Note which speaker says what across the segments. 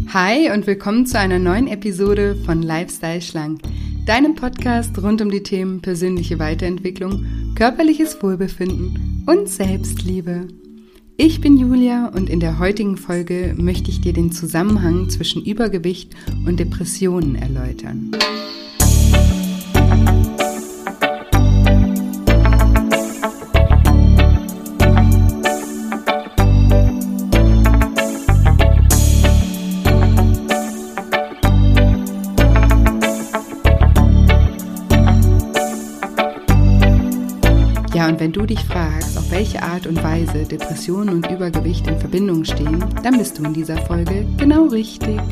Speaker 1: Hi und willkommen zu einer neuen Episode von Lifestyle Schlank, deinem Podcast rund um die Themen persönliche Weiterentwicklung, körperliches Wohlbefinden und Selbstliebe. Ich bin Julia und in der heutigen Folge möchte ich dir den Zusammenhang zwischen Übergewicht und Depressionen erläutern. Ja, und wenn du dich fragst, auf welche Art und Weise Depressionen und Übergewicht in Verbindung stehen, dann bist du in dieser Folge genau richtig.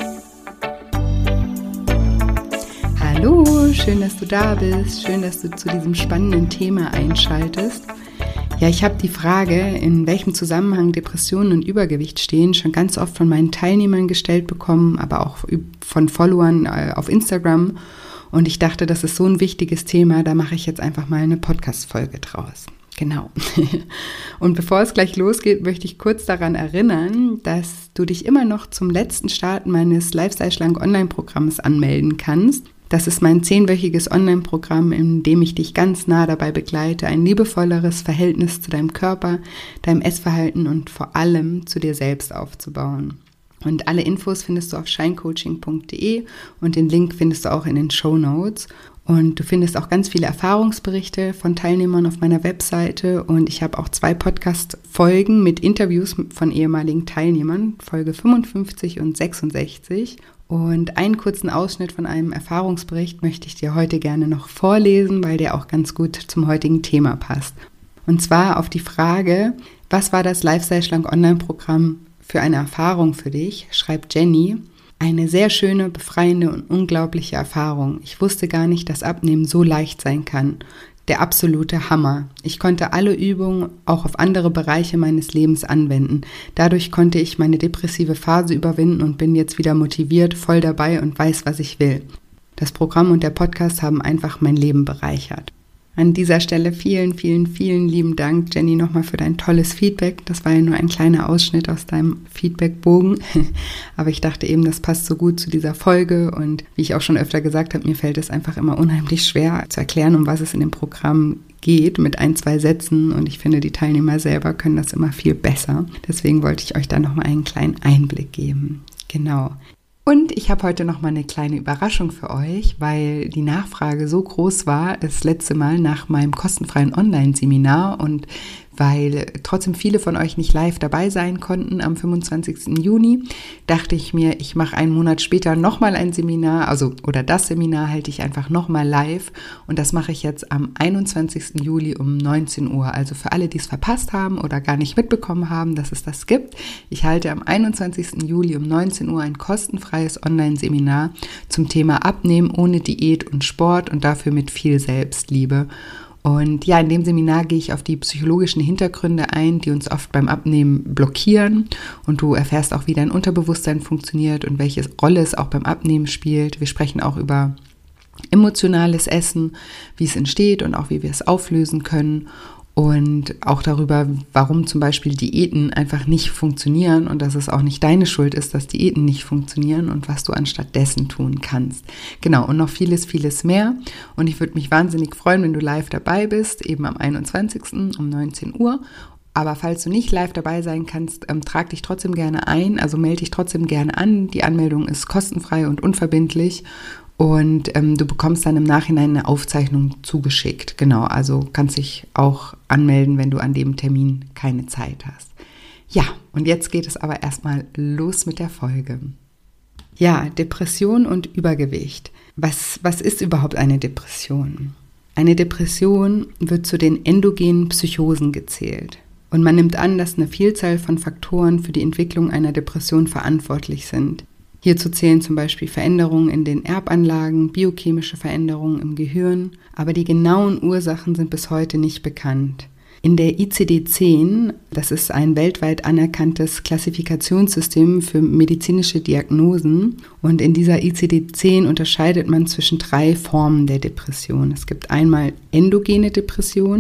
Speaker 1: Hallo, schön, dass du da bist, schön, dass du zu diesem spannenden Thema einschaltest. Ja, ich habe die Frage, in welchem Zusammenhang Depressionen und Übergewicht stehen, schon ganz oft von meinen Teilnehmern gestellt bekommen, aber auch von Followern auf Instagram. Und ich dachte, das ist so ein wichtiges Thema, da mache ich jetzt einfach mal eine Podcast-Folge draus. Genau. Und bevor es gleich losgeht, möchte ich kurz daran erinnern, dass du dich immer noch zum letzten Start meines Lifestyle Schlank Online-Programms anmelden kannst. Das ist mein 10-wöchiges Online-Programm, in dem ich dich ganz nah dabei begleite, ein liebevolleres Verhältnis zu deinem Körper, deinem Essverhalten und vor allem zu dir selbst aufzubauen. Und alle Infos findest du auf shinecoaching.de und den Link findest du auch in den Shownotes. Und du findest auch ganz viele Erfahrungsberichte von Teilnehmern auf meiner Webseite. Und ich habe auch 2 Podcast-Folgen mit Interviews von ehemaligen Teilnehmern, Folge 55 und 66. Und einen kurzen Ausschnitt von einem Erfahrungsbericht möchte ich dir heute gerne noch vorlesen, weil der auch ganz gut zum heutigen Thema passt. Und zwar auf die Frage, was war das Lifestyle Schlank Online-Programm für eine Erfahrung für dich, schreibt Jenny, eine sehr schöne, befreiende und unglaubliche Erfahrung. Ich wusste gar nicht, dass Abnehmen so leicht sein kann. Der absolute Hammer. Ich konnte alle Übungen auch auf andere Bereiche meines Lebens anwenden. Dadurch konnte ich meine depressive Phase überwinden und bin jetzt wieder motiviert, voll dabei und weiß, was ich will. Das Programm und der Podcast haben einfach mein Leben bereichert. An dieser Stelle vielen, vielen, vielen lieben Dank, Jenny, nochmal für dein tolles Feedback. Das war ja nur ein kleiner Ausschnitt aus deinem Feedbackbogen, aber ich dachte eben, das passt so gut zu dieser Folge und wie ich auch schon öfter gesagt habe, mir fällt es einfach immer unheimlich schwer zu erklären, um was es in dem Programm geht mit 1, 2 Sätzen und ich finde, die Teilnehmer selber können das immer viel besser. Deswegen wollte ich euch da nochmal einen kleinen Einblick geben. Genau. Und ich habe heute noch mal eine kleine Überraschung für euch, weil die Nachfrage so groß war, das letzte Mal nach meinem kostenfreien Online-Seminar und weil trotzdem viele von euch nicht live dabei sein konnten am 25. Juni, dachte ich mir, ich mache einen Monat später nochmal ein Seminar, oder das Seminar halte ich einfach nochmal live und das mache ich jetzt am 21. Juli um 19 Uhr. Also für alle, die es verpasst haben oder gar nicht mitbekommen haben, dass es das gibt, ich halte am 21. Juli um 19 Uhr ein kostenfreies Online-Seminar zum Thema Abnehmen ohne Diät und Sport und dafür mit viel Selbstliebe. Und ja, in dem Seminar gehe ich auf die psychologischen Hintergründe ein, die uns oft beim Abnehmen blockieren. Und du erfährst auch, wie dein Unterbewusstsein funktioniert und welche Rolle es auch beim Abnehmen spielt. Wir sprechen auch über emotionales Essen, wie es entsteht und auch wie wir es auflösen können. Und auch darüber, warum zum Beispiel Diäten einfach nicht funktionieren und dass es auch nicht deine Schuld ist, dass Diäten nicht funktionieren und was du anstattdessen tun kannst. Genau, und noch vieles, vieles mehr. Und ich würde mich wahnsinnig freuen, wenn du live dabei bist, eben am 21. um 19 Uhr. Aber falls du nicht live dabei sein kannst, trag dich trotzdem gerne ein, also melde dich trotzdem gerne an. Die Anmeldung ist kostenfrei und unverbindlich. Und du bekommst dann im Nachhinein eine Aufzeichnung zugeschickt. Genau, also kannst dich auch anmelden, wenn du an dem Termin keine Zeit hast. Ja, und jetzt geht es aber erstmal los mit der Folge. Ja, Depression und Übergewicht. Was ist überhaupt eine Depression? Eine Depression wird zu den endogenen Psychosen gezählt. Und man nimmt an, dass eine Vielzahl von Faktoren für die Entwicklung einer Depression verantwortlich sind. Hierzu zählen zum Beispiel Veränderungen in den Erbanlagen, biochemische Veränderungen im Gehirn, aber die genauen Ursachen sind bis heute nicht bekannt. In der ICD-10, das ist ein weltweit anerkanntes Klassifikationssystem für medizinische Diagnosen, und in dieser ICD-10 unterscheidet man zwischen 3 Formen der Depression. Es gibt einmal endogene Depressionen,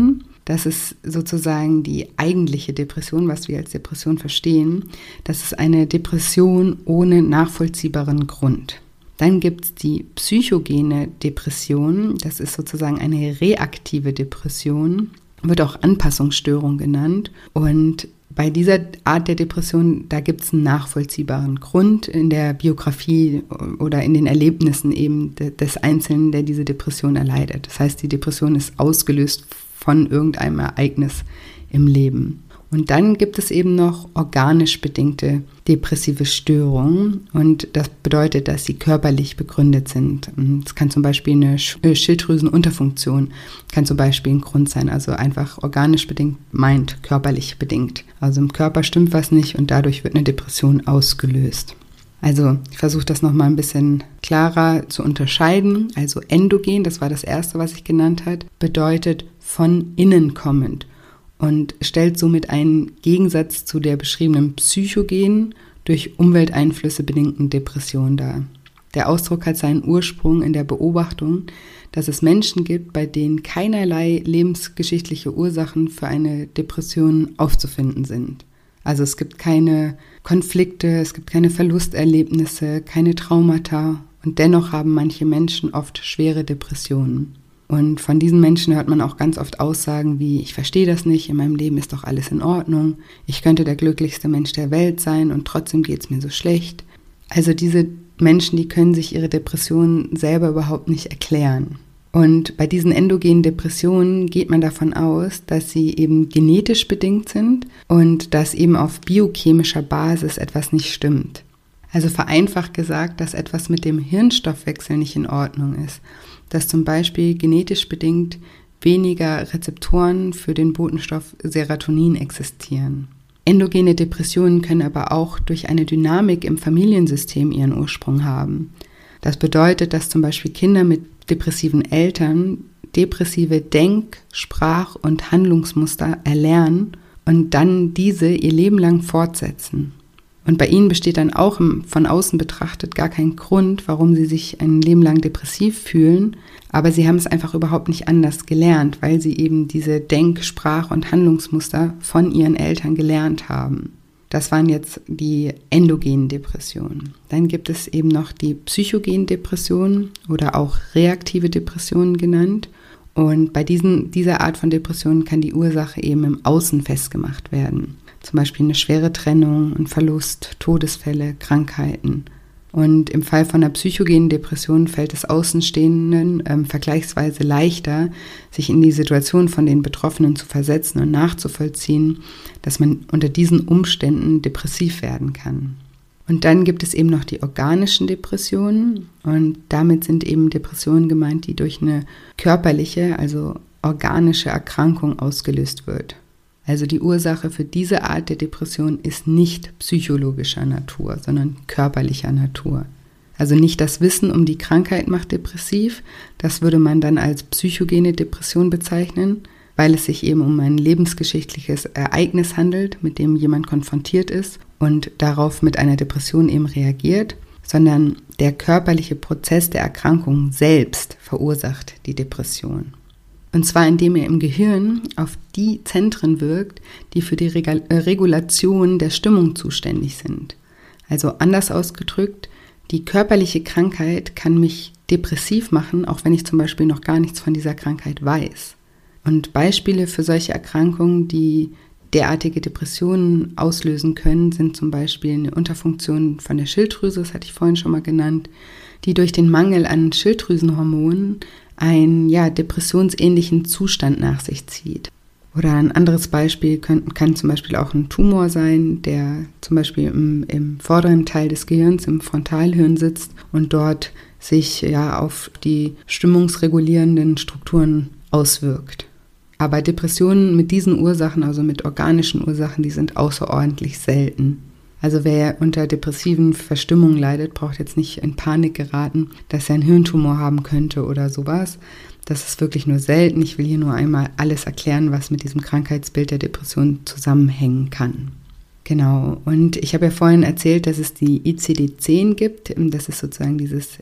Speaker 1: das ist sozusagen die eigentliche Depression, was wir als Depression verstehen. Das ist eine Depression ohne nachvollziehbaren Grund. Dann gibt es die psychogene Depression, das ist sozusagen eine reaktive Depression, wird auch Anpassungsstörung genannt. Und bei dieser Art der Depression, da gibt es einen nachvollziehbaren Grund in der Biografie oder in den Erlebnissen eben des Einzelnen, der diese Depression erleidet. Das heißt, die Depression ist ausgelöst von irgendeinem Ereignis im Leben. Und dann gibt es eben noch organisch bedingte depressive Störungen und das bedeutet, dass sie körperlich begründet sind. Es kann zum Beispiel eine Schilddrüsenunterfunktion, kann zum Beispiel ein Grund sein, also einfach organisch bedingt meint körperlich bedingt. Also im Körper stimmt was nicht und dadurch wird eine Depression ausgelöst. Also ich versuche das nochmal ein bisschen klarer zu unterscheiden. Also endogen, das war das erste, was ich genannt habe, bedeutet von innen kommend. Und stellt somit einen Gegensatz zu der beschriebenen psychogenen, durch Umwelteinflüsse bedingten Depression dar. Der Ausdruck hat seinen Ursprung in der Beobachtung, dass es Menschen gibt, bei denen keinerlei lebensgeschichtliche Ursachen für eine Depression aufzufinden sind. Also es gibt keine Konflikte, es gibt keine Verlusterlebnisse, keine Traumata und dennoch haben manche Menschen oft schwere Depressionen. Und von diesen Menschen hört man auch ganz oft Aussagen wie, ich verstehe das nicht, in meinem Leben ist doch alles in Ordnung, ich könnte der glücklichste Mensch der Welt sein und trotzdem geht es mir so schlecht. Also diese Menschen, die können sich ihre Depressionen selber überhaupt nicht erklären. Und bei diesen endogenen Depressionen geht man davon aus, dass sie eben genetisch bedingt sind und dass eben auf biochemischer Basis etwas nicht stimmt. Also vereinfacht gesagt, dass etwas mit dem Hirnstoffwechsel nicht in Ordnung ist. Dass zum Beispiel genetisch bedingt weniger Rezeptoren für den Botenstoff Serotonin existieren. Endogene Depressionen können aber auch durch eine Dynamik im Familiensystem ihren Ursprung haben. Das bedeutet, dass zum Beispiel Kinder mit depressiven Eltern depressive Denk-, Sprach- und Handlungsmuster erlernen und dann diese ihr Leben lang fortsetzen. Und bei ihnen besteht dann auch von außen betrachtet gar kein Grund, warum sie sich ein Leben lang depressiv fühlen, aber sie haben es einfach überhaupt nicht anders gelernt, weil sie eben diese Denk-, Sprach- und Handlungsmuster von ihren Eltern gelernt haben. Das waren jetzt die endogenen Depressionen. Dann gibt es eben noch die psychogenen Depressionen oder auch reaktive Depressionen genannt. Und bei dieser Art von Depressionen kann die Ursache eben im Außen festgemacht werden. Zum Beispiel eine schwere Trennung, ein Verlust, Todesfälle, Krankheiten. Und im Fall von einer psychogenen Depression fällt es Außenstehenden vergleichsweise leichter, sich in die Situation von den Betroffenen zu versetzen und nachzuvollziehen, dass man unter diesen Umständen depressiv werden kann. Und dann gibt es eben noch die organischen Depressionen und damit sind eben Depressionen gemeint, die durch eine körperliche, also organische Erkrankung ausgelöst wird. Also die Ursache für diese Art der Depression ist nicht psychologischer Natur, sondern körperlicher Natur. Also nicht das Wissen um die Krankheit macht depressiv, das würde man dann als psychogene Depression bezeichnen, weil es sich eben um ein lebensgeschichtliches Ereignis handelt, mit dem jemand konfrontiert ist und darauf mit einer Depression eben reagiert, sondern der körperliche Prozess der Erkrankung selbst verursacht die Depression. Und zwar indem er im Gehirn auf die Zentren wirkt, die für die Regulation der Stimmung zuständig sind. Also anders ausgedrückt, die körperliche Krankheit kann mich depressiv machen, auch wenn ich zum Beispiel noch gar nichts von dieser Krankheit weiß. Und Beispiele für solche Erkrankungen, die derartige Depressionen auslösen können, sind zum Beispiel eine Unterfunktion von der Schilddrüse, das hatte ich vorhin schon mal genannt, die durch den Mangel an Schilddrüsenhormonen einen depressionsähnlichen Zustand nach sich zieht. Oder ein anderes Beispiel kann zum Beispiel auch ein Tumor sein, der zum Beispiel im vorderen Teil des Gehirns, im Frontalhirn sitzt und dort sich auf die stimmungsregulierenden Strukturen auswirkt. Aber Depressionen mit diesen Ursachen, also mit organischen Ursachen, die sind außerordentlich selten. Also wer unter depressiven Verstimmungen leidet, braucht jetzt nicht in Panik geraten, dass er einen Hirntumor haben könnte oder sowas. Das ist wirklich nur selten. Ich will hier nur einmal alles erklären, was mit diesem Krankheitsbild der Depression zusammenhängen kann. Genau, und ich habe ja vorhin erzählt, dass es die ICD-10 gibt. Das ist sozusagen dieses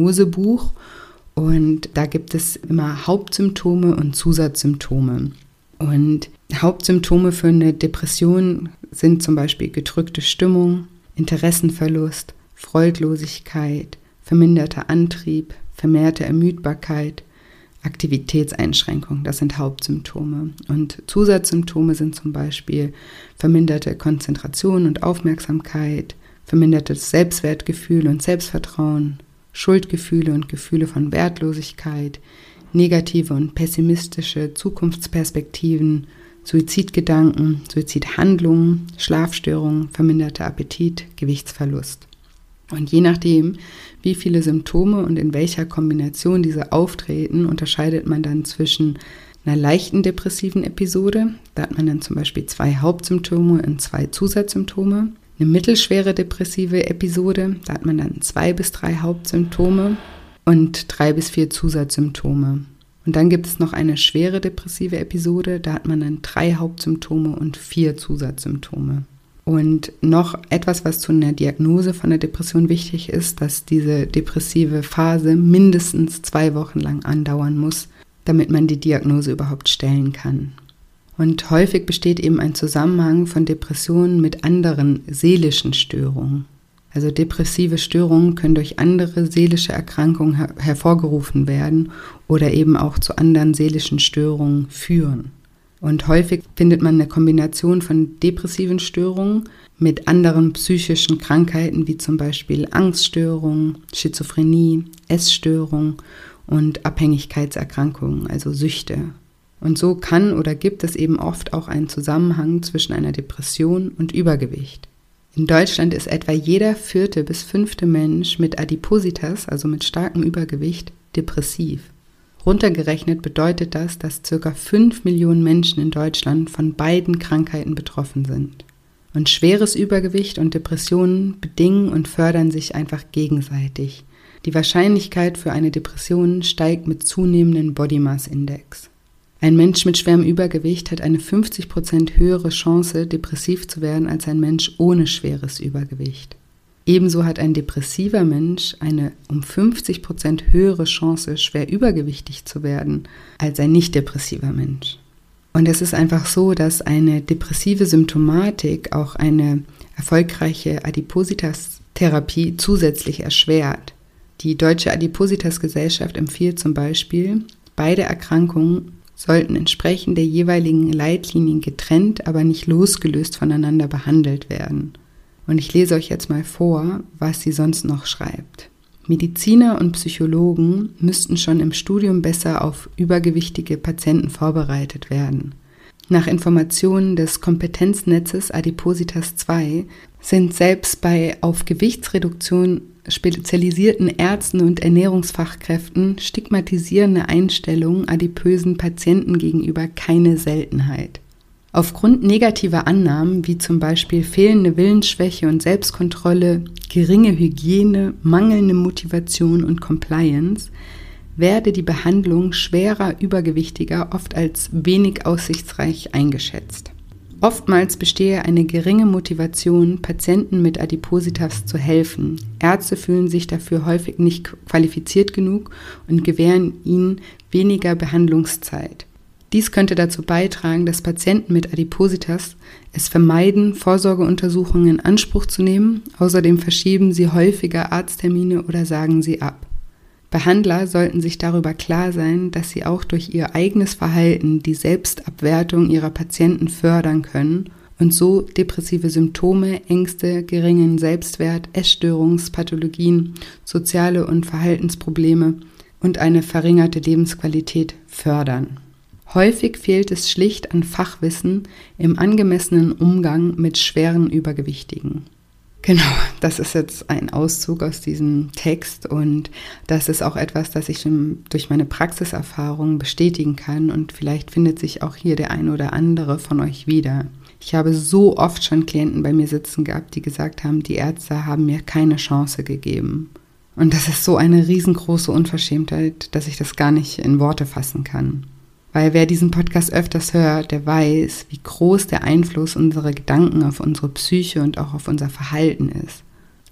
Speaker 1: Diagnosebuch. Und da gibt es immer Hauptsymptome und Zusatzsymptome. Und Hauptsymptome für eine Depression sind zum Beispiel gedrückte Stimmung, Interessenverlust, Freudlosigkeit, verminderter Antrieb, vermehrte Ermüdbarkeit, Aktivitätseinschränkung. Das sind Hauptsymptome. Und Zusatzsymptome sind zum Beispiel verminderte Konzentration und Aufmerksamkeit, vermindertes Selbstwertgefühl und Selbstvertrauen, Schuldgefühle und Gefühle von Wertlosigkeit, negative und pessimistische Zukunftsperspektiven, Suizidgedanken, Suizidhandlungen, Schlafstörungen, verminderter Appetit, Gewichtsverlust. Und je nachdem, wie viele Symptome und in welcher Kombination diese auftreten, unterscheidet man dann zwischen einer leichten depressiven Episode, da hat man dann zum Beispiel 2 Hauptsymptome und 2 Zusatzsymptome, eine mittelschwere depressive Episode, da hat man dann 2 bis 3 Hauptsymptome und 3 bis 4 Zusatzsymptome. Und dann gibt es noch eine schwere depressive Episode, da hat man dann 3 Hauptsymptome und 4 Zusatzsymptome. Und noch etwas, was zu einer Diagnose von der Depression wichtig ist, dass diese depressive Phase mindestens 2 Wochen lang andauern muss, damit man die Diagnose überhaupt stellen kann. Und häufig besteht eben ein Zusammenhang von Depressionen mit anderen seelischen Störungen. Also depressive Störungen können durch andere seelische Erkrankungen hervorgerufen werden oder eben auch zu anderen seelischen Störungen führen. Und häufig findet man eine Kombination von depressiven Störungen mit anderen psychischen Krankheiten, wie zum Beispiel Angststörungen, Schizophrenie, Essstörungen und Abhängigkeitserkrankungen, also Süchte. Und so kann oder gibt es eben oft auch einen Zusammenhang zwischen einer Depression und Übergewicht. In Deutschland ist etwa jeder 4. bis 5. Mensch mit Adipositas, also mit starkem Übergewicht, depressiv. Runtergerechnet bedeutet das, dass ca. 5 Millionen Menschen in Deutschland von beiden Krankheiten betroffen sind. Und schweres Übergewicht und Depressionen bedingen und fördern sich einfach gegenseitig. Die Wahrscheinlichkeit für eine Depression steigt mit zunehmendem Body Mass Index. Ein Mensch mit schwerem Übergewicht hat eine 50% höhere Chance, depressiv zu werden, als ein Mensch ohne schweres Übergewicht. Ebenso hat ein depressiver Mensch eine um 50% höhere Chance, schwer übergewichtig zu werden, als ein nicht depressiver Mensch. Und es ist einfach so, dass eine depressive Symptomatik auch eine erfolgreiche Adipositas-Therapie zusätzlich erschwert. Die Deutsche Adipositas-Gesellschaft empfiehlt zum Beispiel, beide Erkrankungen sollten entsprechend der jeweiligen Leitlinien getrennt, aber nicht losgelöst voneinander behandelt werden. Und ich lese euch jetzt mal vor, was sie sonst noch schreibt. Mediziner und Psychologen müssten schon im Studium besser auf übergewichtige Patienten vorbereitet werden. Nach Informationen des Kompetenznetzes Adipositas 2 sind selbst bei auf Gewichtsreduktion spezialisierten Ärzten und Ernährungsfachkräften stigmatisierende Einstellungen adipösen Patienten gegenüber keine Seltenheit. Aufgrund negativer Annahmen, wie zum Beispiel fehlende Willensschwäche und Selbstkontrolle, geringe Hygiene, mangelnde Motivation und Compliance, werde die Behandlung schwerer Übergewichtiger oft als wenig aussichtsreich eingeschätzt. Oftmals bestehe eine geringe Motivation, Patienten mit Adipositas zu helfen. Ärzte fühlen sich dafür häufig nicht qualifiziert genug und gewähren ihnen weniger Behandlungszeit. Dies könnte dazu beitragen, dass Patienten mit Adipositas es vermeiden, Vorsorgeuntersuchungen in Anspruch zu nehmen. Außerdem verschieben sie häufiger Arzttermine oder sagen sie ab. Behandler sollten sich darüber klar sein, dass sie auch durch ihr eigenes Verhalten die Selbstabwertung ihrer Patienten fördern können und so depressive Symptome, Ängste, geringen Selbstwert, Essstörungspathologien, soziale und Verhaltensprobleme und eine verringerte Lebensqualität fördern. Häufig fehlt es schlicht an Fachwissen im angemessenen Umgang mit schweren Übergewichtigen. Genau, das ist jetzt ein Auszug aus diesem Text und das ist auch etwas, das ich schon durch meine Praxiserfahrung bestätigen kann und vielleicht findet sich auch hier der ein oder andere von euch wieder. Ich habe so oft schon Klienten bei mir sitzen gehabt, die gesagt haben, die Ärzte haben mir keine Chance gegeben. Und das ist so eine riesengroße Unverschämtheit, dass ich das gar nicht in Worte fassen kann. Weil wer diesen Podcast öfters hört, der weiß, wie groß der Einfluss unserer Gedanken auf unsere Psyche und auch auf unser Verhalten ist.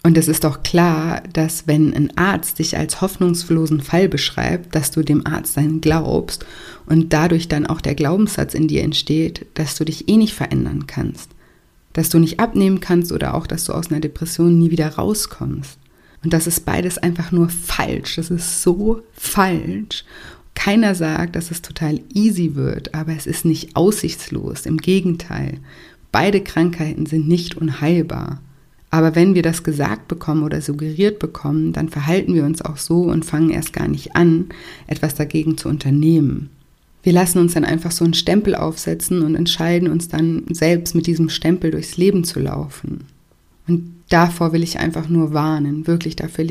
Speaker 1: Und es ist doch klar, dass wenn ein Arzt dich als hoffnungslosen Fall beschreibt, dass du dem Arzt dann glaubst und dadurch dann auch der Glaubenssatz in dir entsteht, dass du dich nicht verändern kannst, dass du nicht abnehmen kannst oder auch, dass du aus einer Depression nie wieder rauskommst. Und das ist beides einfach nur falsch. Das ist so falsch. Keiner sagt, dass es total easy wird, aber es ist nicht aussichtslos. Im Gegenteil, beide Krankheiten sind nicht unheilbar. Aber wenn wir das gesagt bekommen oder suggeriert bekommen, dann verhalten wir uns auch so und fangen erst gar nicht an, etwas dagegen zu unternehmen. Wir lassen uns dann einfach so einen Stempel aufsetzen und entscheiden uns dann selbst mit diesem Stempel durchs Leben zu laufen. Und davor will ich einfach nur warnen, wirklich, dafür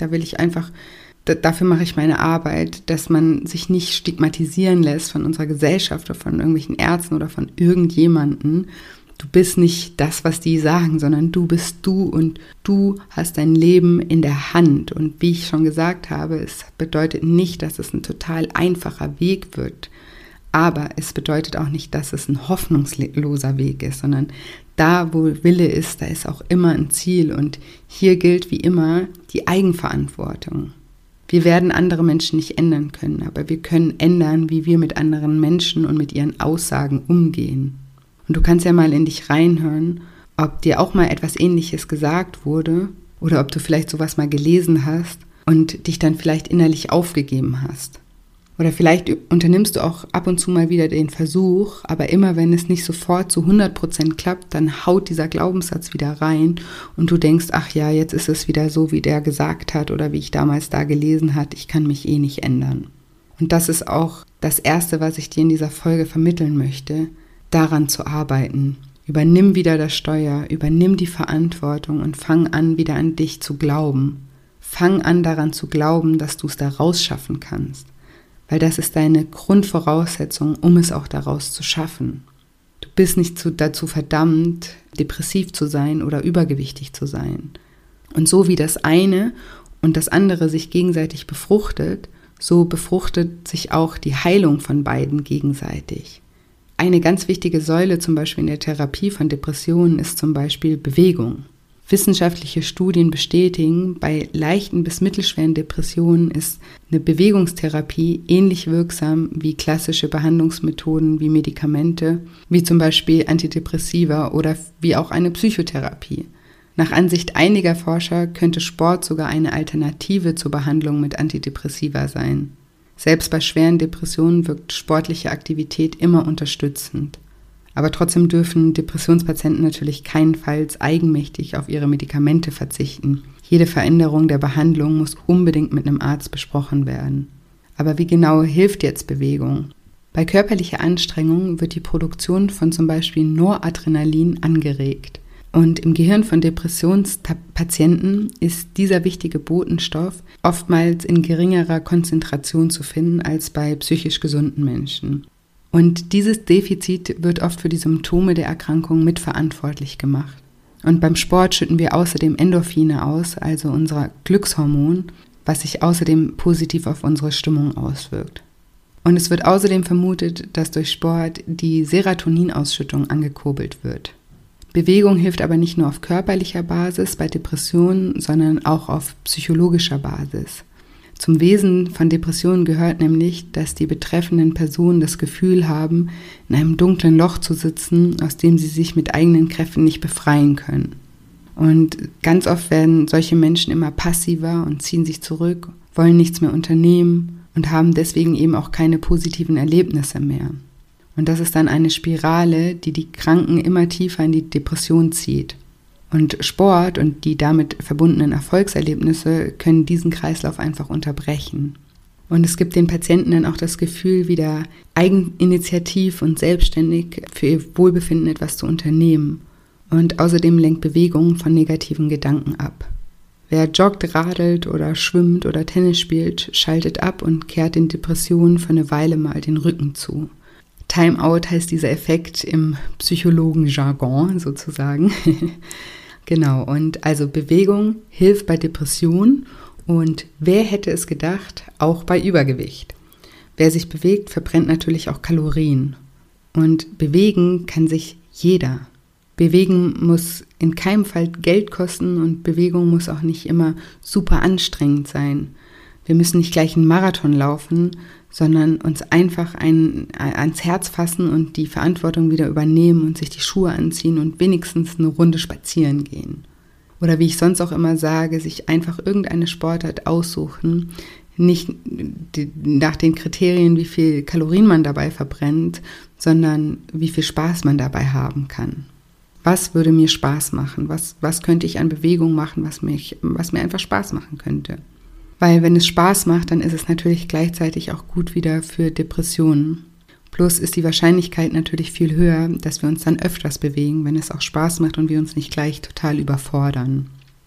Speaker 1: mache ich meine Arbeit, dass man sich nicht stigmatisieren lässt von unserer Gesellschaft oder von irgendwelchen Ärzten oder von irgendjemanden. Du bist nicht das, was die sagen, sondern du bist du und du hast dein Leben in der Hand. Und wie ich schon gesagt habe, es bedeutet nicht, dass es ein total einfacher Weg wird. Aber es bedeutet auch nicht, dass es ein hoffnungsloser Weg ist, sondern da, wo Wille ist, da ist auch immer ein Ziel. Und hier gilt wie immer die Eigenverantwortung. Wir werden andere Menschen nicht ändern können, aber wir können ändern, wie wir mit anderen Menschen und mit ihren Aussagen umgehen. Und du kannst ja mal in dich reinhören, ob dir auch mal etwas Ähnliches gesagt wurde oder ob du vielleicht sowas mal gelesen hast und dich dann vielleicht innerlich aufgegeben hast. Oder vielleicht unternimmst du auch ab und zu mal wieder den Versuch, aber immer wenn es nicht sofort zu 100% klappt, dann haut dieser Glaubenssatz wieder rein und du denkst, ach ja, jetzt ist es wieder so, wie der gesagt hat oder wie ich damals da gelesen habe, ich kann mich nicht ändern. Und das ist auch das Erste, was ich dir in dieser Folge vermitteln möchte, daran zu arbeiten. Übernimm wieder das Steuer, übernimm die Verantwortung und fang an, wieder an dich zu glauben. Fang an, daran zu glauben, dass du es da rausschaffen kannst. Weil das ist deine Grundvoraussetzung, um es auch daraus zu schaffen. Du bist nicht dazu verdammt, depressiv zu sein oder übergewichtig zu sein. Und so wie das eine und das andere sich gegenseitig befruchtet, so befruchtet sich auch die Heilung von beiden gegenseitig. Eine ganz wichtige Säule zum Beispiel in der Therapie von Depressionen ist zum Beispiel Bewegung. Wissenschaftliche Studien bestätigen, bei leichten bis mittelschweren Depressionen ist eine Bewegungstherapie ähnlich wirksam wie klassische Behandlungsmethoden wie Medikamente, wie zum Beispiel Antidepressiva oder wie auch eine Psychotherapie. Nach Ansicht einiger Forscher könnte Sport sogar eine Alternative zur Behandlung mit Antidepressiva sein. Selbst bei schweren Depressionen wirkt sportliche Aktivität immer unterstützend. Aber trotzdem dürfen Depressionspatienten natürlich keinenfalls eigenmächtig auf ihre Medikamente verzichten. Jede Veränderung der Behandlung muss unbedingt mit einem Arzt besprochen werden. Aber wie genau hilft jetzt Bewegung? Bei körperlicher Anstrengung wird die Produktion von zum Beispiel Noradrenalin angeregt. Und im Gehirn von Depressionspatienten ist dieser wichtige Botenstoff oftmals in geringerer Konzentration zu finden als bei psychisch gesunden Menschen. Und dieses Defizit wird oft für die Symptome der Erkrankung mitverantwortlich gemacht. Und beim Sport schütten wir außerdem Endorphine aus, also unser Glückshormon, was sich außerdem positiv auf unsere Stimmung auswirkt. Und es wird außerdem vermutet, dass durch Sport die Serotoninausschüttung angekurbelt wird. Bewegung hilft aber nicht nur auf körperlicher Basis bei Depressionen, sondern auch auf psychologischer Basis. Zum Wesen von Depressionen gehört nämlich, dass die betreffenden Personen das Gefühl haben, in einem dunklen Loch zu sitzen, aus dem sie sich mit eigenen Kräften nicht befreien können. Und ganz oft werden solche Menschen immer passiver und ziehen sich zurück, wollen nichts mehr unternehmen und haben deswegen eben auch keine positiven Erlebnisse mehr. Und das ist dann eine Spirale, die die Kranken immer tiefer in die Depression zieht. Und Sport und die damit verbundenen Erfolgserlebnisse können diesen Kreislauf einfach unterbrechen. Und es gibt den Patienten dann auch das Gefühl, wieder eigeninitiativ und selbstständig für ihr Wohlbefinden etwas zu unternehmen. Und außerdem lenkt Bewegung von negativen Gedanken ab. Wer joggt, radelt oder schwimmt oder Tennis spielt, schaltet ab und kehrt den Depressionen für eine Weile mal den Rücken zu. Time-out heißt dieser Effekt im Psychologen-Jargon sozusagen. Genau, und also Bewegung hilft bei Depressionen und wer hätte es gedacht, auch bei Übergewicht. Wer sich bewegt, verbrennt natürlich auch Kalorien. Und bewegen kann sich jeder. Bewegen muss in keinem Fall Geld kosten und Bewegung muss auch nicht immer super anstrengend sein. Wir müssen nicht gleich einen Marathon laufen, sondern uns einfach ans Herz fassen und die Verantwortung wieder übernehmen und sich die Schuhe anziehen und wenigstens eine Runde spazieren gehen. Oder wie ich sonst auch immer sage, sich einfach irgendeine Sportart aussuchen, nicht nach den Kriterien, wie viel Kalorien man dabei verbrennt, sondern wie viel Spaß man dabei haben kann. Was würde mir Spaß machen? Was könnte ich an Bewegung machen, was mir einfach Spaß machen könnte? Weil wenn es Spaß macht, dann ist es natürlich gleichzeitig auch gut wieder für Depressionen. Plus ist die Wahrscheinlichkeit natürlich viel höher, dass wir uns dann öfters bewegen, wenn es auch Spaß macht und wir uns nicht gleich total überfordern.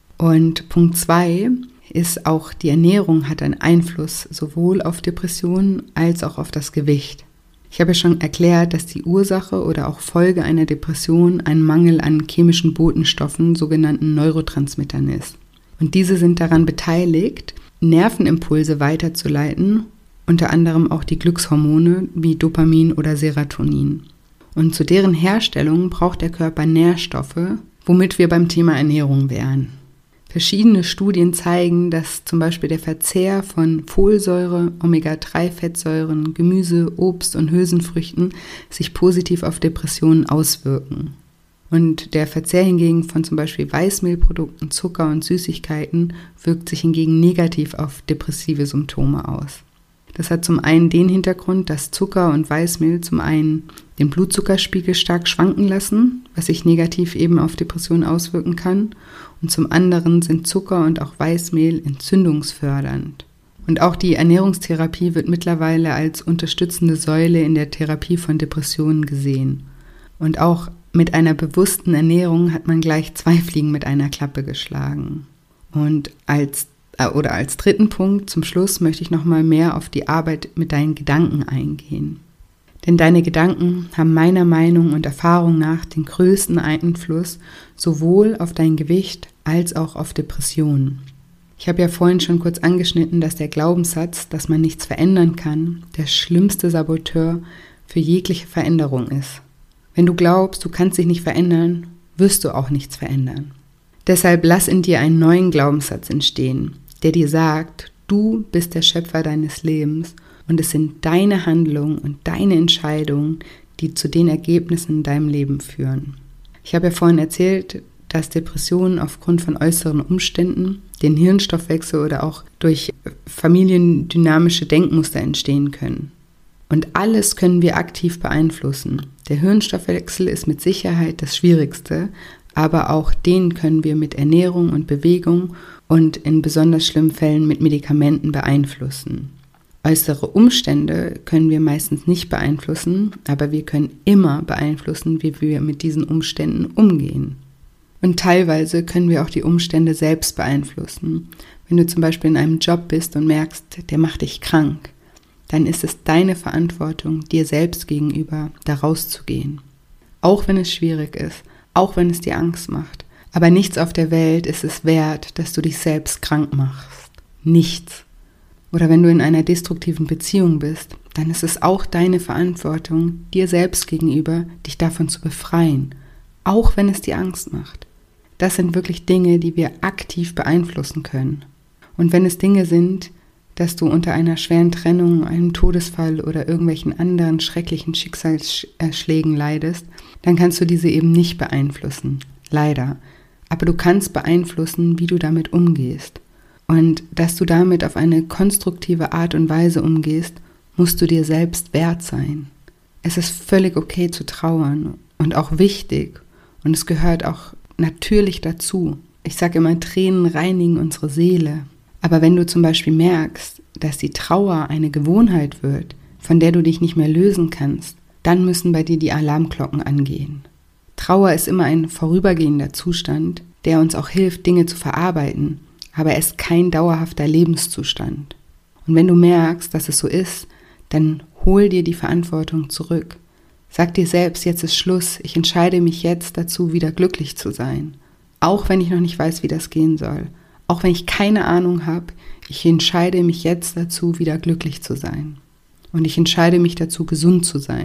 Speaker 1: Und Punkt 2 ist auch, die Ernährung hat einen Einfluss sowohl auf Depressionen als auch auf das Gewicht. Ich habe ja schon erklärt, dass die Ursache oder auch Folge einer Depression ein Mangel an chemischen Botenstoffen, sogenannten Neurotransmittern ist. Und diese sind daran beteiligt, Nervenimpulse weiterzuleiten, unter anderem auch die Glückshormone wie Dopamin oder Serotonin. Und zu deren Herstellung braucht der Körper Nährstoffe, womit wir beim Thema Ernährung wären. Verschiedene Studien zeigen, dass zum Beispiel der Verzehr von Folsäure, Omega-3-Fettsäuren, Gemüse, Obst und Hülsenfrüchten sich positiv auf Depressionen auswirken. Und der Verzehr hingegen von zum Beispiel Weißmehlprodukten, Zucker und Süßigkeiten wirkt sich hingegen negativ auf depressive Symptome aus. Das hat zum einen den Hintergrund, dass Zucker und Weißmehl zum einen den Blutzuckerspiegel stark schwanken lassen, was sich negativ eben auf Depressionen auswirken kann. Und zum anderen sind Zucker und auch Weißmehl entzündungsfördernd. Und auch die Ernährungstherapie wird mittlerweile als unterstützende Säule in der Therapie von Depressionen gesehen. Und auch mit einer bewussten Ernährung hat man gleich 2 Fliegen mit einer Klappe geschlagen. Und als dritten Punkt zum Schluss möchte ich nochmal mehr auf die Arbeit mit deinen Gedanken eingehen. Denn deine Gedanken haben meiner Meinung und Erfahrung nach den größten Einfluss sowohl auf dein Gewicht als auch auf Depressionen. Ich habe ja vorhin schon kurz angeschnitten, dass der Glaubenssatz, dass man nichts verändern kann, der schlimmste Saboteur für jegliche Veränderung ist. Wenn du glaubst, du kannst dich nicht verändern, wirst du auch nichts verändern. Deshalb lass in dir einen neuen Glaubenssatz entstehen, der dir sagt, du bist der Schöpfer deines Lebens und es sind deine Handlungen und deine Entscheidungen, die zu den Ergebnissen in deinem Leben führen. Ich habe ja vorhin erzählt, dass Depressionen aufgrund von äußeren Umständen, den Hirnstoffwechsel oder auch durch familiendynamische Denkmuster entstehen können. Und alles können wir aktiv beeinflussen. Der Hirnstoffwechsel ist mit Sicherheit das Schwierigste, aber auch den können wir mit Ernährung und Bewegung und in besonders schlimmen Fällen mit Medikamenten beeinflussen. Äußere Umstände können wir meistens nicht beeinflussen, aber wir können immer beeinflussen, wie wir mit diesen Umständen umgehen. Und teilweise können wir auch die Umstände selbst beeinflussen. Wenn du zum Beispiel in einem Job bist und merkst, der macht dich krank, dann ist es deine Verantwortung, dir selbst gegenüber da rauszugehen. Auch wenn es schwierig ist, auch wenn es dir Angst macht. Aber nichts auf der Welt ist es wert, dass du dich selbst krank machst. Nichts. Oder wenn du in einer destruktiven Beziehung bist, dann ist es auch deine Verantwortung, dir selbst gegenüber, dich davon zu befreien. Auch wenn es dir Angst macht. Das sind wirklich Dinge, die wir aktiv beeinflussen können. Und wenn es Dinge sind, dass du unter einer schweren Trennung, einem Todesfall oder irgendwelchen anderen schrecklichen Schicksalsschlägen leidest, dann kannst du diese eben nicht beeinflussen. Leider. Aber du kannst beeinflussen, wie du damit umgehst. Und dass du damit auf eine konstruktive Art und Weise umgehst, musst du dir selbst wert sein. Es ist völlig okay zu trauern und auch wichtig. Und es gehört auch natürlich dazu. Ich sage immer, Tränen reinigen unsere Seele. Aber wenn du zum Beispiel merkst, dass die Trauer eine Gewohnheit wird, von der du dich nicht mehr lösen kannst, dann müssen bei dir die Alarmglocken angehen. Trauer ist immer ein vorübergehender Zustand, der uns auch hilft, Dinge zu verarbeiten, aber er ist kein dauerhafter Lebenszustand. Und wenn du merkst, dass es so ist, dann hol dir die Verantwortung zurück. Sag dir selbst, jetzt ist Schluss, ich entscheide mich jetzt dazu, wieder glücklich zu sein. Auch wenn ich noch nicht weiß, wie das gehen soll. Auch wenn ich keine Ahnung habe, ich entscheide mich jetzt dazu, wieder glücklich zu sein. Und ich entscheide mich dazu, gesund zu sein.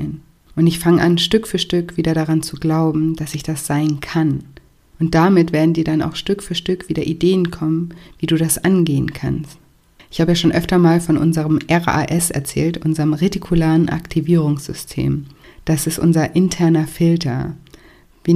Speaker 1: Und ich fange an, Stück für Stück wieder daran zu glauben, dass ich das sein kann. Und damit werden dir dann auch Stück für Stück wieder Ideen kommen, wie du das angehen kannst. Ich habe ja schon öfter mal von unserem RAS erzählt, unserem retikularen Aktivierungssystem. Das ist unser interner Filter. Wir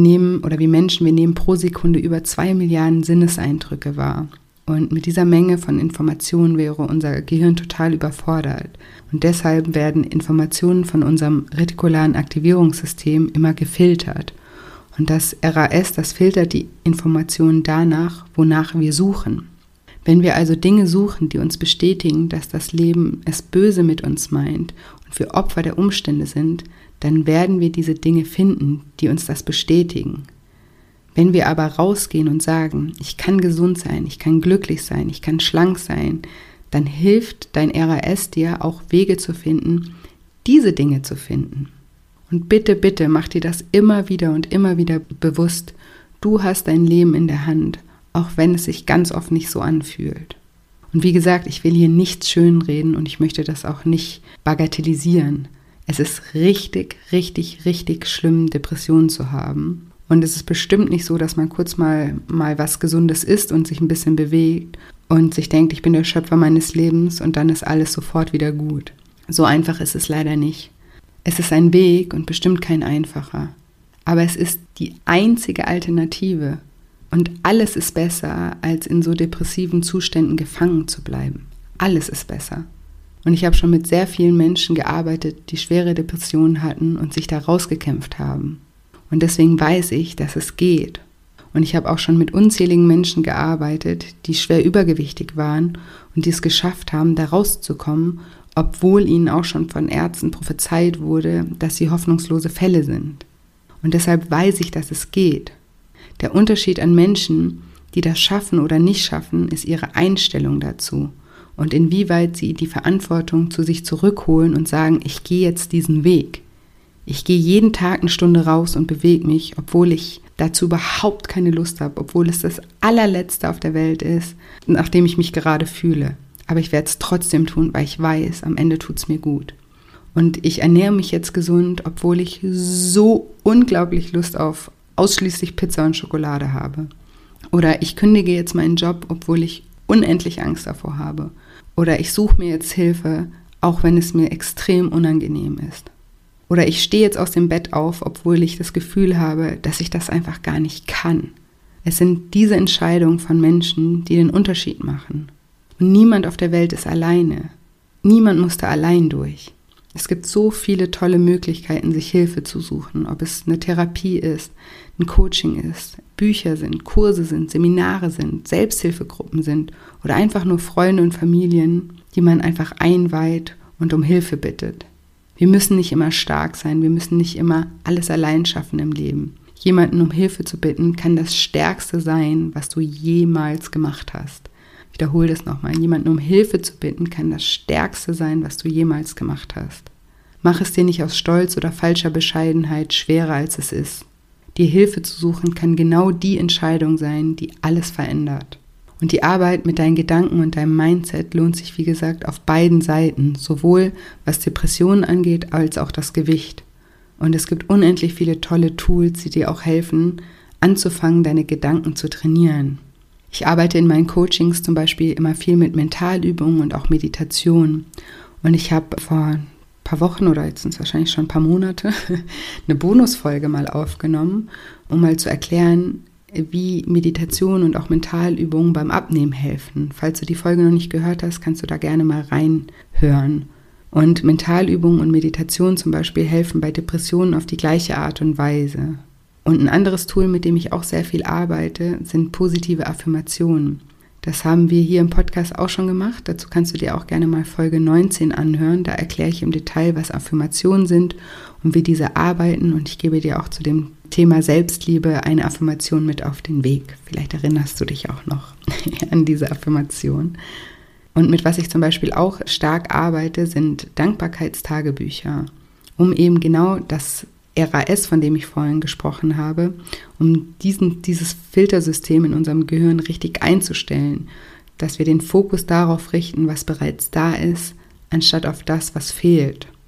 Speaker 1: nehmen pro Sekunde über 2 Milliarden Sinneseindrücke wahr. Und mit dieser Menge von Informationen wäre unser Gehirn total überfordert. Und deshalb werden Informationen von unserem retikularen Aktivierungssystem immer gefiltert. Und das RAS, das filtert die Informationen danach, wonach wir suchen. Wenn wir also Dinge suchen, die uns bestätigen, dass das Leben es böse mit uns meint und wir Opfer der Umstände sind, dann werden wir diese Dinge finden, die uns das bestätigen. Wenn wir aber rausgehen und sagen, ich kann gesund sein, ich kann glücklich sein, ich kann schlank sein, dann hilft dein RAS dir auch Wege zu finden, diese Dinge zu finden. Und bitte, bitte mach dir das immer wieder bewusst. Du hast dein Leben in der Hand, auch wenn es sich ganz oft nicht so anfühlt. Und wie gesagt, ich will hier nichts schönreden und ich möchte das auch nicht bagatellisieren. Es ist richtig, richtig, richtig schlimm, Depressionen zu haben. Und es ist bestimmt nicht so, dass man kurz mal was Gesundes isst und sich ein bisschen bewegt und sich denkt, ich bin der Schöpfer meines Lebens und dann ist alles sofort wieder gut. So einfach ist es leider nicht. Es ist ein Weg und bestimmt kein einfacher. Aber es ist die einzige Alternative. Und alles ist besser, als in so depressiven Zuständen gefangen zu bleiben. Alles ist besser. Und ich habe schon mit sehr vielen Menschen gearbeitet, die schwere Depressionen hatten und sich da rausgekämpft haben. Und deswegen weiß ich, dass es geht. Und ich habe auch schon mit unzähligen Menschen gearbeitet, die schwer übergewichtig waren und die es geschafft haben, da rauszukommen, obwohl ihnen auch schon von Ärzten prophezeit wurde, dass sie hoffnungslose Fälle sind. Und deshalb weiß ich, dass es geht. Der Unterschied an Menschen, die das schaffen oder nicht schaffen, ist ihre Einstellung dazu und inwieweit sie die Verantwortung zu sich zurückholen und sagen, ich gehe jetzt diesen Weg. Ich gehe jeden Tag eine Stunde raus und bewege mich, obwohl ich dazu überhaupt keine Lust habe, obwohl es das allerletzte auf der Welt ist, nachdem ich mich gerade fühle. Aber ich werde es trotzdem tun, weil ich weiß, am Ende tut es mir gut. Und ich ernähre mich jetzt gesund, obwohl ich so unglaublich Lust auf ausschließlich Pizza und Schokolade habe. Oder ich kündige jetzt meinen Job, obwohl ich unendlich Angst davor habe. Oder ich suche mir jetzt Hilfe, auch wenn es mir extrem unangenehm ist. Oder ich stehe jetzt aus dem Bett auf, obwohl ich das Gefühl habe, dass ich das einfach gar nicht kann. Es sind diese Entscheidungen von Menschen, die den Unterschied machen. Und niemand auf der Welt ist alleine. Niemand muss da allein durch. Es gibt so viele tolle Möglichkeiten, sich Hilfe zu suchen, ob es eine Therapie ist, ein Coaching ist, Bücher sind, Kurse sind, Seminare sind, Selbsthilfegruppen sind oder einfach nur Freunde und Familien, die man einfach einweiht und um Hilfe bittet. Wir müssen nicht immer stark sein, wir müssen nicht immer alles allein schaffen im Leben. Jemanden um Hilfe zu bitten, kann das Stärkste sein, was du jemals gemacht hast. Ich wiederhole das nochmal. Jemanden um Hilfe zu bitten, kann das Stärkste sein, was du jemals gemacht hast. Mach es dir nicht aus Stolz oder falscher Bescheidenheit schwerer, als es ist. Dir Hilfe zu suchen, kann genau die Entscheidung sein, die alles verändert. Und die Arbeit mit deinen Gedanken und deinem Mindset lohnt sich, wie gesagt, auf beiden Seiten, sowohl was Depressionen angeht, als auch das Gewicht. Und es gibt unendlich viele tolle Tools, die dir auch helfen, anzufangen, deine Gedanken zu trainieren. Ich arbeite in meinen Coachings zum Beispiel immer viel mit Mentalübungen und auch Meditation. Und ich habe vor ein paar Wochen oder jetzt sind es wahrscheinlich schon ein paar Monate eine Bonusfolge mal aufgenommen, um mal zu erklären, wie Meditation und auch Mentalübungen beim Abnehmen helfen. Falls du die Folge noch nicht gehört hast, kannst du da gerne mal reinhören. Und Mentalübungen und Meditation zum Beispiel helfen bei Depressionen auf die gleiche Art und Weise. Und ein anderes Tool, mit dem ich auch sehr viel arbeite, sind positive Affirmationen. Das haben wir hier im Podcast auch schon gemacht. Dazu kannst du dir auch gerne mal Folge 19 anhören. Da erkläre ich im Detail, was Affirmationen sind und wie diese arbeiten. Und ich gebe dir auch zu dem Thema Selbstliebe eine Affirmation mit auf den Weg. Vielleicht erinnerst du dich auch noch an diese Affirmation. Und mit was ich zum Beispiel auch stark arbeite, sind Dankbarkeitstagebücher, um eben genau das RAS, von dem ich vorhin gesprochen habe, um dieses Filtersystem in unserem Gehirn richtig einzustellen, dass wir den Fokus darauf richten, was bereits da ist, anstatt auf das, was fehlt.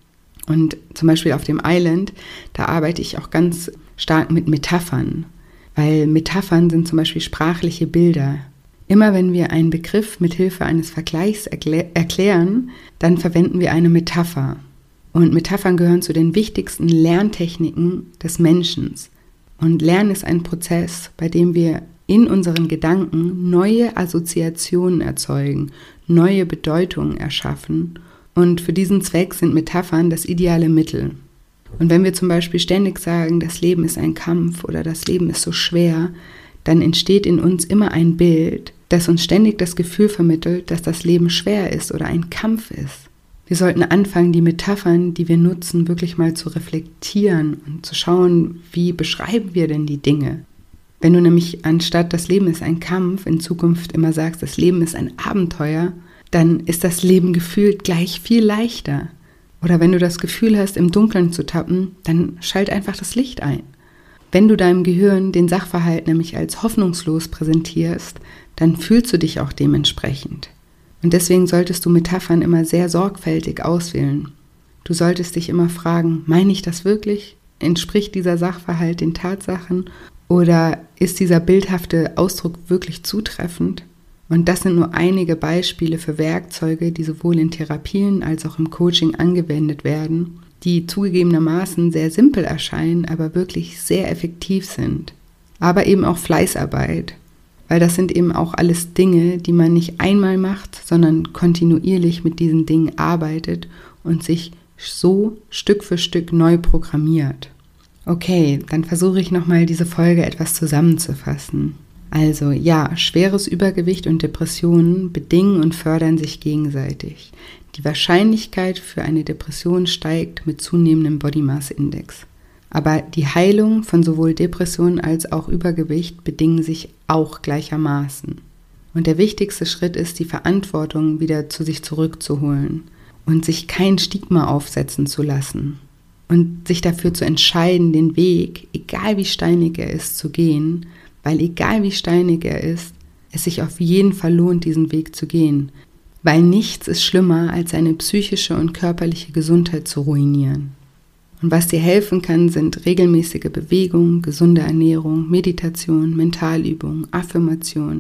Speaker 1: Und zum Beispiel auf dem Island, da arbeite ich auch ganz stark mit Metaphern, weil Metaphern sind zum Beispiel sprachliche Bilder. Immer wenn wir einen Begriff mit Hilfe eines Vergleichs erklären, dann verwenden wir eine Metapher. Und Metaphern gehören zu den wichtigsten Lerntechniken des Menschen. Und Lernen ist ein Prozess, bei dem wir in unseren Gedanken neue Assoziationen erzeugen, neue Bedeutungen erschaffen. Und für diesen Zweck sind Metaphern das ideale Mittel. Und wenn wir zum Beispiel ständig sagen, das Leben ist ein Kampf oder das Leben ist so schwer, dann entsteht in uns immer ein Bild, das uns ständig das Gefühl vermittelt, dass das Leben schwer ist oder ein Kampf ist. Wir sollten anfangen, die Metaphern, die wir nutzen, wirklich mal zu reflektieren und zu schauen, wie beschreiben wir denn die Dinge. Wenn du nämlich anstatt das Leben ist ein Kampf in Zukunft immer sagst, das Leben ist ein Abenteuer, dann ist das Leben gefühlt gleich viel leichter. Oder wenn du das Gefühl hast, im Dunkeln zu tappen, dann schalt einfach das Licht ein. Wenn du deinem Gehirn den Sachverhalt nämlich als hoffnungslos präsentierst, dann fühlst du dich auch dementsprechend. Und deswegen solltest du Metaphern immer sehr sorgfältig auswählen. Du solltest dich immer fragen, meine ich das wirklich? Entspricht dieser Sachverhalt den Tatsachen? Oder ist dieser bildhafte Ausdruck wirklich zutreffend? Und das sind nur einige Beispiele für Werkzeuge, die sowohl in Therapien als auch im Coaching angewendet werden, die zugegebenermaßen sehr simpel erscheinen, aber wirklich sehr effektiv sind. Aber eben auch Fleißarbeit, weil das sind eben auch alles Dinge, die man nicht einmal macht, sondern kontinuierlich mit diesen Dingen arbeitet und sich so Stück für Stück neu programmiert. Okay, dann versuche ich nochmal diese Folge etwas zusammenzufassen. Also ja, schweres Übergewicht und Depressionen bedingen und fördern sich gegenseitig. Die Wahrscheinlichkeit für eine Depression steigt mit zunehmendem Body Mass Index. Aber die Heilung von sowohl Depressionen als auch Übergewicht bedingen sich auch gleichermaßen. Und der wichtigste Schritt ist, die Verantwortung wieder zu sich zurückzuholen und sich kein Stigma aufsetzen zu lassen. Und sich dafür zu entscheiden, den Weg, egal wie steinig er ist, zu gehen, weil egal wie steinig er ist, es sich auf jeden Fall lohnt, diesen Weg zu gehen. Weil nichts ist schlimmer, als seine psychische und körperliche Gesundheit zu ruinieren. Und was dir helfen kann, sind regelmäßige Bewegung, gesunde Ernährung, Meditation, Mentalübungen, Affirmation,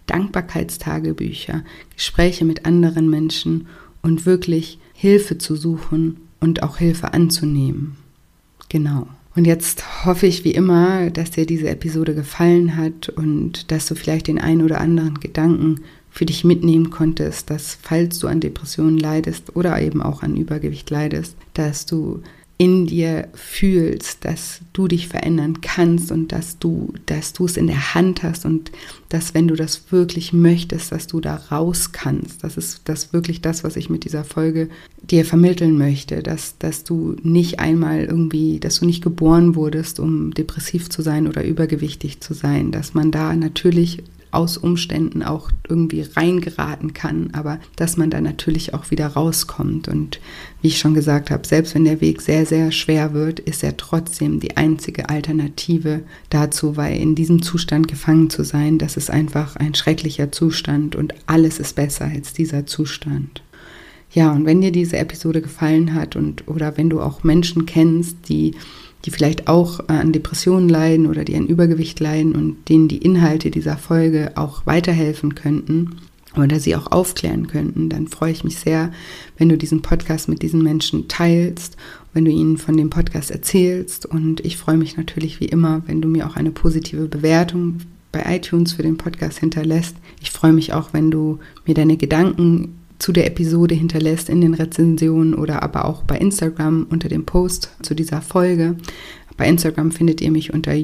Speaker 1: Dankbarkeitstagebücher, Gespräche mit anderen Menschen und wirklich Hilfe zu suchen und auch Hilfe anzunehmen. Genau. Und jetzt hoffe ich wie immer, dass dir diese Episode gefallen hat und dass du vielleicht den einen oder anderen Gedanken für dich mitnehmen konntest, dass falls du an Depressionen leidest oder eben auch an Übergewicht leidest, dass du in dir fühlst, dass du dich verändern kannst und dass du es in der Hand hast und dass, wenn du das wirklich möchtest, dass du da raus kannst. Das ist wirklich das, was ich mit dieser Folge dir vermitteln möchte, dass du nicht einmal irgendwie, dass du nicht geboren wurdest, um depressiv zu sein oder übergewichtig zu sein, dass man da natürlich aus Umständen auch irgendwie reingeraten kann, aber dass man da natürlich auch wieder rauskommt. Und wie ich schon gesagt habe, selbst wenn der Weg sehr, sehr schwer wird, ist er trotzdem die einzige Alternative dazu, weil in diesem Zustand gefangen zu sein, das ist einfach ein schrecklicher Zustand und alles ist besser als dieser Zustand. Ja, und wenn dir diese Episode gefallen hat oder wenn du auch Menschen kennst, die vielleicht auch an Depressionen leiden oder die an Übergewicht leiden und denen die Inhalte dieser Folge auch weiterhelfen könnten oder sie auch aufklären könnten, dann freue ich mich sehr, wenn du diesen Podcast mit diesen Menschen teilst, wenn du ihnen von dem Podcast erzählst, und ich freue mich natürlich wie immer, wenn du mir auch eine positive Bewertung bei iTunes für den Podcast hinterlässt. Ich freue mich auch, wenn du mir deine Gedanken zu der Episode hinterlässt in den Rezensionen oder aber auch bei Instagram unter dem Post zu dieser Folge. Bei Instagram findet ihr mich unter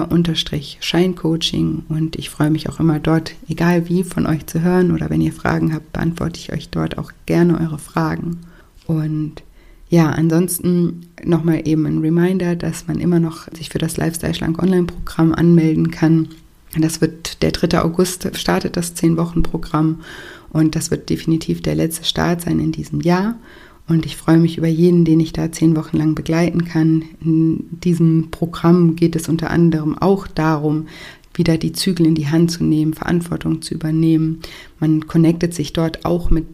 Speaker 1: Julia_Scheincoaching und ich freue mich auch immer dort, egal wie, von euch zu hören, oder wenn ihr Fragen habt, beantworte ich euch dort auch gerne eure Fragen. Und ja, ansonsten nochmal eben ein Reminder, dass man immer noch sich für das Lifestyle Schlank Online-Programm anmelden kann. Das wird der 3. August startet das 10-Wochen-Programm. Und das wird definitiv der letzte Start sein in diesem Jahr. Und ich freue mich über jeden, den ich da 10 Wochen lang begleiten kann. In diesem Programm geht es unter anderem auch darum, wieder die Zügel in die Hand zu nehmen, Verantwortung zu übernehmen. Man connectet sich dort auch mit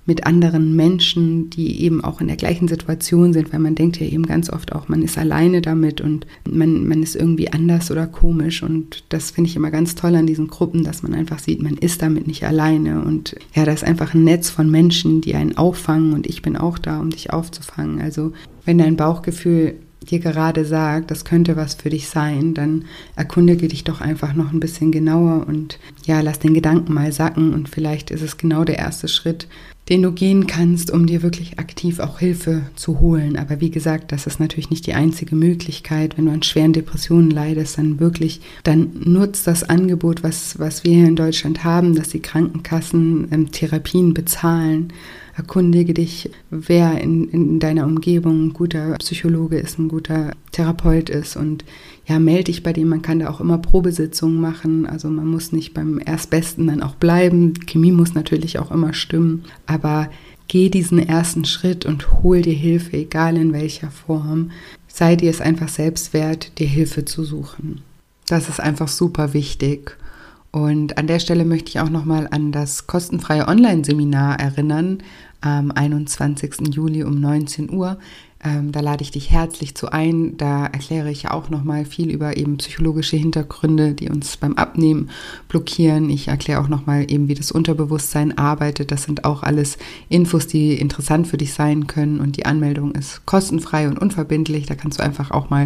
Speaker 1: mit anderen Menschen, die eben auch in der gleichen Situation sind, weil man denkt ja eben ganz oft auch, man ist alleine damit und man ist irgendwie anders oder komisch, und das finde ich immer ganz toll an diesen Gruppen, dass man einfach sieht, man ist damit nicht alleine, und ja, da ist einfach ein Netz von Menschen, die einen auffangen, und ich bin auch da, um dich aufzufangen. Also wenn dein Bauchgefühl dir gerade sagt, das könnte was für dich sein, dann erkundige dich doch einfach noch ein bisschen genauer und ja, lass den Gedanken mal sacken, und vielleicht ist es genau der erste Schritt, den du gehen kannst, um dir wirklich aktiv auch Hilfe zu holen. Aber wie gesagt, das ist natürlich nicht die einzige Möglichkeit. Wenn du an schweren Depressionen leidest, dann nutzt das Angebot, was wir hier in Deutschland haben, dass die Krankenkassen Therapien bezahlen. Erkundige dich, wer in deiner Umgebung ein guter Psychologe ist, ein guter Therapeut ist, und ja, melde dich bei dem. Man kann da auch immer Probesitzungen machen, also man muss nicht beim Erstbesten dann auch bleiben. Chemie muss natürlich auch immer stimmen, aber geh diesen ersten Schritt und hol dir Hilfe, egal in welcher Form. Sei dir es einfach selbst wert, dir Hilfe zu suchen. Das ist einfach super wichtig. Und an der Stelle möchte ich auch nochmal an das kostenfreie Online-Seminar erinnern, am 21. Juli um 19 Uhr. Da lade ich dich herzlich zu ein. Da erkläre ich auch nochmal viel über eben psychologische Hintergründe, die uns beim Abnehmen blockieren. Ich erkläre auch nochmal eben, wie das Unterbewusstsein arbeitet. Das sind auch alles Infos, die interessant für dich sein können. Und die Anmeldung ist kostenfrei und unverbindlich. Da kannst du einfach auch mal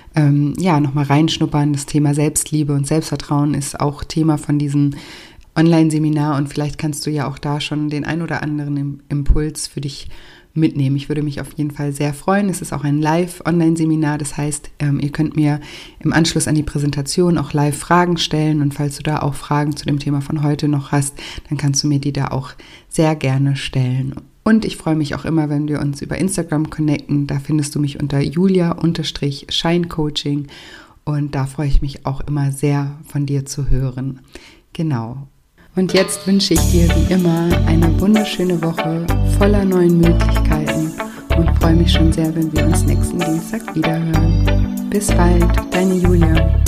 Speaker 1: nochmal reinschnuppern. Das Thema Selbstliebe und Selbstvertrauen ist auch Thema von diesem Online-Seminar, und vielleicht kannst du ja auch da schon den ein oder anderen Impuls für dich mitnehmen. Ich würde mich auf jeden Fall sehr freuen. Es ist auch ein Live-Online-Seminar, das heißt, ihr könnt mir im Anschluss an die Präsentation auch live Fragen stellen, und falls du da auch Fragen zu dem Thema von heute noch hast, dann kannst du mir die da auch sehr gerne stellen. Und ich freue mich auch immer, wenn wir uns über Instagram connecten. Da findest du mich unter Julia_Scheincoaching, und da freue ich mich auch immer sehr, von dir zu hören. Genau. Und jetzt wünsche ich dir wie immer eine wunderschöne Woche voller neuen Möglichkeiten und freue mich schon sehr, wenn wir uns nächsten Dienstag wiederhören. Bis bald, deine Julia.